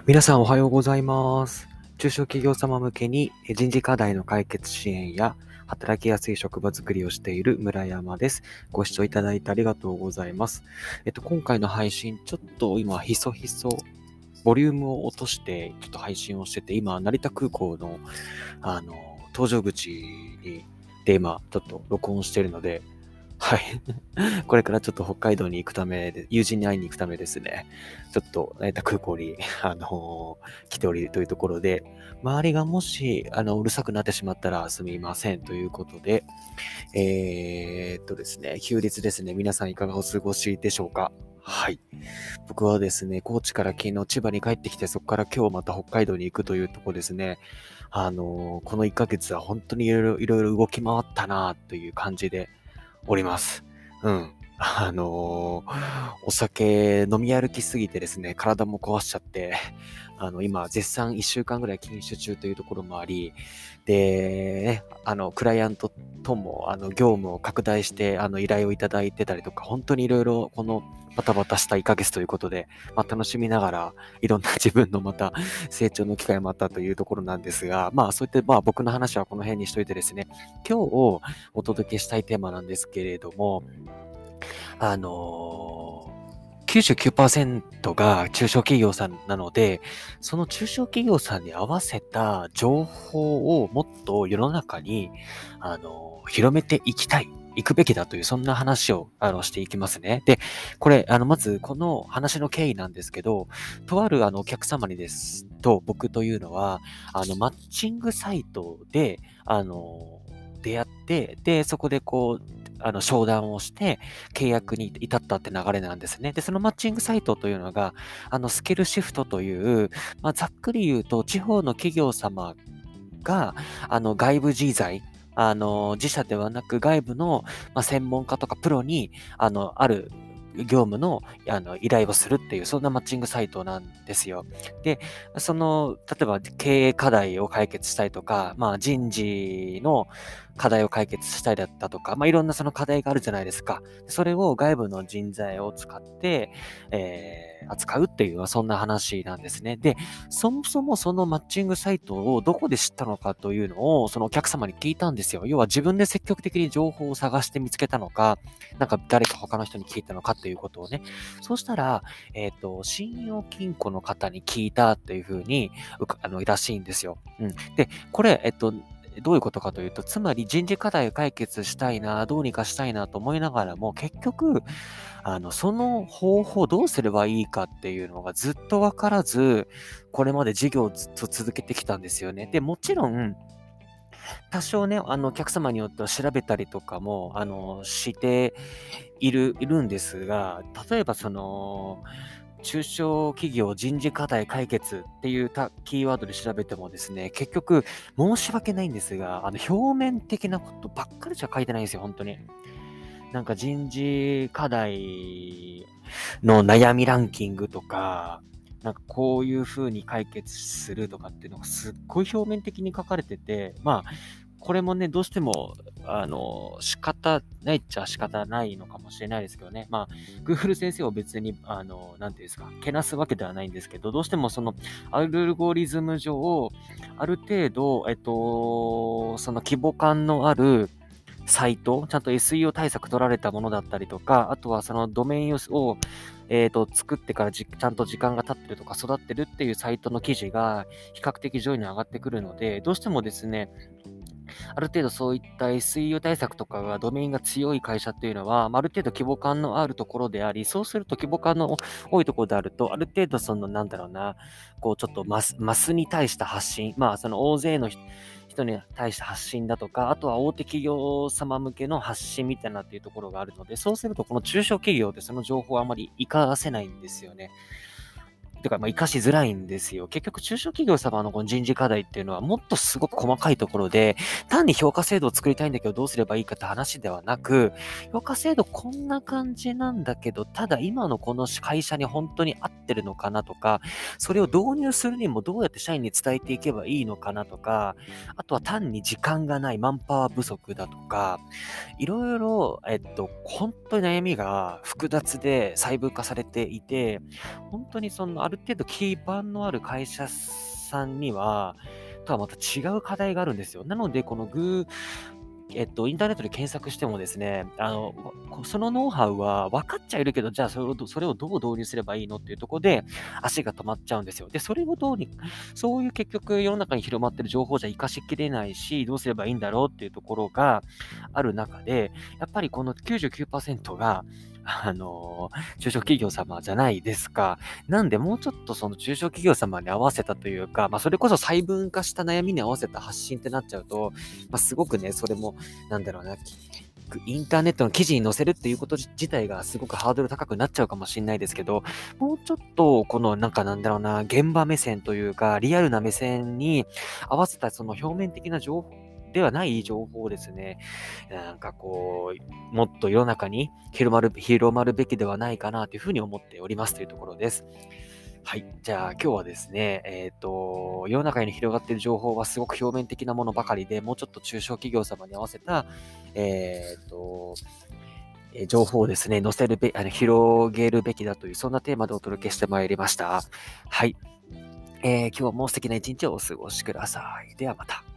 皆さんおはようございます。中小企業様向けに人事課題の解決支援や働きやすい職場づくりをしている村山です。ご視聴いただいてありがとうございます。今回の配信、ちょっと今、ひそひそ、ボリュームを落として、ちょっと配信をしてて、今、成田空港の、搭乗口で今、ちょっと録音しているので、はい。これからちょっと北海道に行くためで、友人に会いに行くためですね。ちょっと成田空港に、来ておりというところで、周りがもし、うるさくなってしまったらすみませんということで、ですね、休日ですね。皆さんいかがお過ごしでしょうか？はい。僕はですね、高知から昨日千葉に帰ってきて、そこから今日また北海道に行くというところですね。この1ヶ月は本当にいろいろ動き回ったなという感じでおります。うん。お酒飲み歩きすぎてですね、体も壊しちゃって、今、絶賛1週間ぐらい禁酒中というところもあり、で、クライアントとも、業務を拡大して、依頼をいただいてたりとか、本当にいろいろ、この、バタバタした1ヶ月ということで、楽しみながら、いろんな自分のまた成長の機会もあったというところなんですが、そういった、僕の話はこの辺にしといてですね、今日お届けしたいテーマなんですけれども、99%が中小企業さんなので、その中小企業さんに合わせた情報をもっと世の中に、広めていきたい。行くべきだという、そんな話を、していきますね。で、これ、まず、この話の経緯なんですけど、とある、お客様にですと、僕というのは、マッチングサイトで、出会って、で、そこでこう、商談をして、契約に至ったって流れなんですね。で、そのマッチングサイトというのが、スキルシフトという、ざっくり言うと、地方の企業様が、外部人材、自社ではなく外部の、専門家とかプロに、ある業務の、依頼をするっていう、そんなマッチングサイトなんですよ。で、例えば経営課題を解決したいとか、人事の課題を解決したいだったとか、いろんなその課題があるじゃないですか。それを外部の人材を使って、扱うっていう、そんな話なんですね。で、そもそもそのマッチングサイトをどこで知ったのかというのを、そのお客様に聞いたんですよ。要は自分で積極的に情報を探して見つけたのか、なんか誰か他の人に聞いたのかっていうことをね。そうしたら、信用金庫の方に聞いたっていうふうに、らしいんですよ。うん。で、これ、どういうことかというと、つまり人事課題を解決したいな、どうにかしたいなと思いながらも、結局、その方法どうすればいいかっていうのがずっとわからず、これまで事業をずっと続けてきたんですよね。で、もちろん、多少ね、お客様によっては調べたりとかも、しているんですが、例えば中小企業人事課題解決っていうキーワードで調べてもですね、結局、申し訳ないんですが、表面的なことばっかりしか書いてないんですよ、本当に。なんか人事課題の悩みランキングとか、なんかこういう風に解決するとかっていうのがすっごい表面的に書かれてて、これもね、どうしても、仕方ないっちゃ仕方ないのかもしれないですけどね。Google 先生を別に、なんていうんですか、けなすわけではないんですけど、どうしてもアルゴリズム上、ある程度、その規模感のある、サイト、ちゃんと SEO 対策取られたものだったりとか、あとはそのドメインを、作ってからちゃんと時間が経ってるとか育ってるっていうサイトの記事が比較的上位に上がってくるので、どうしてもですね、ある程度そういった SEO 対策とかがドメインが強い会社っていうのは、ある程度規模感のあるところであり、そうすると規模感の多いところであると、ある程度なんだろうな、こうちょっとマスに対した発信、その大勢の人に対して発信だとか、あとは大手企業様向けの発信みたいなっていうところがあるので、そうするとこの中小企業でその情報をあまり活かせないんですよね。てか、活かしづらいんですよ。結局、中小企業様のこの人事課題っていうのは、もっとすごく細かいところで、単に評価制度を作りたいんだけど、どうすればいいかって話ではなく、評価制度こんな感じなんだけど、ただ今のこの会社に本当に合ってるのかなとか、それを導入するにもどうやって社員に伝えていけばいいのかなとか、あとは単に時間がない、マンパワー不足だとか、いろいろ、本当に悩みが複雑で細分化されていて、本当にあある程度基盤のある会社さんには、とはまた違う課題があるんですよ。なので、このインターネットで検索してもですね、そのノウハウは分かっちゃいるけど、じゃあそれをどう導入すればいいのっていうところで、足が止まっちゃうんですよ。で、それをそういう結局世の中に広まってる情報じゃ活かしきれないし、どうすればいいんだろうっていうところがある中で、やっぱりこの99%が、中小企業様じゃないですか。なんで、もうちょっとその中小企業様に合わせたというか、それこそ細分化した悩みに合わせた発信ってなっちゃうと、すごくね、それも、なんだろうな、インターネットの記事に載せるっていうこと自体がすごくハードル高くなっちゃうかもしれないですけど、もうちょっと、この、なんだろうな、現場目線というか、リアルな目線に合わせたその表面的な情報、ではない情報をですね、もっと世の中に広まるべきではないかなというふうに思っておりますというところです。はい。じゃあ今日はですね、世の中に広がっている情報はすごく表面的なものばかりで、もうちょっと中小企業様に合わせた、情報をですね、広げるべきだという、そんなテーマでお届けしてまいりました。はい。今日も素敵な一日をお過ごしください。ではまた。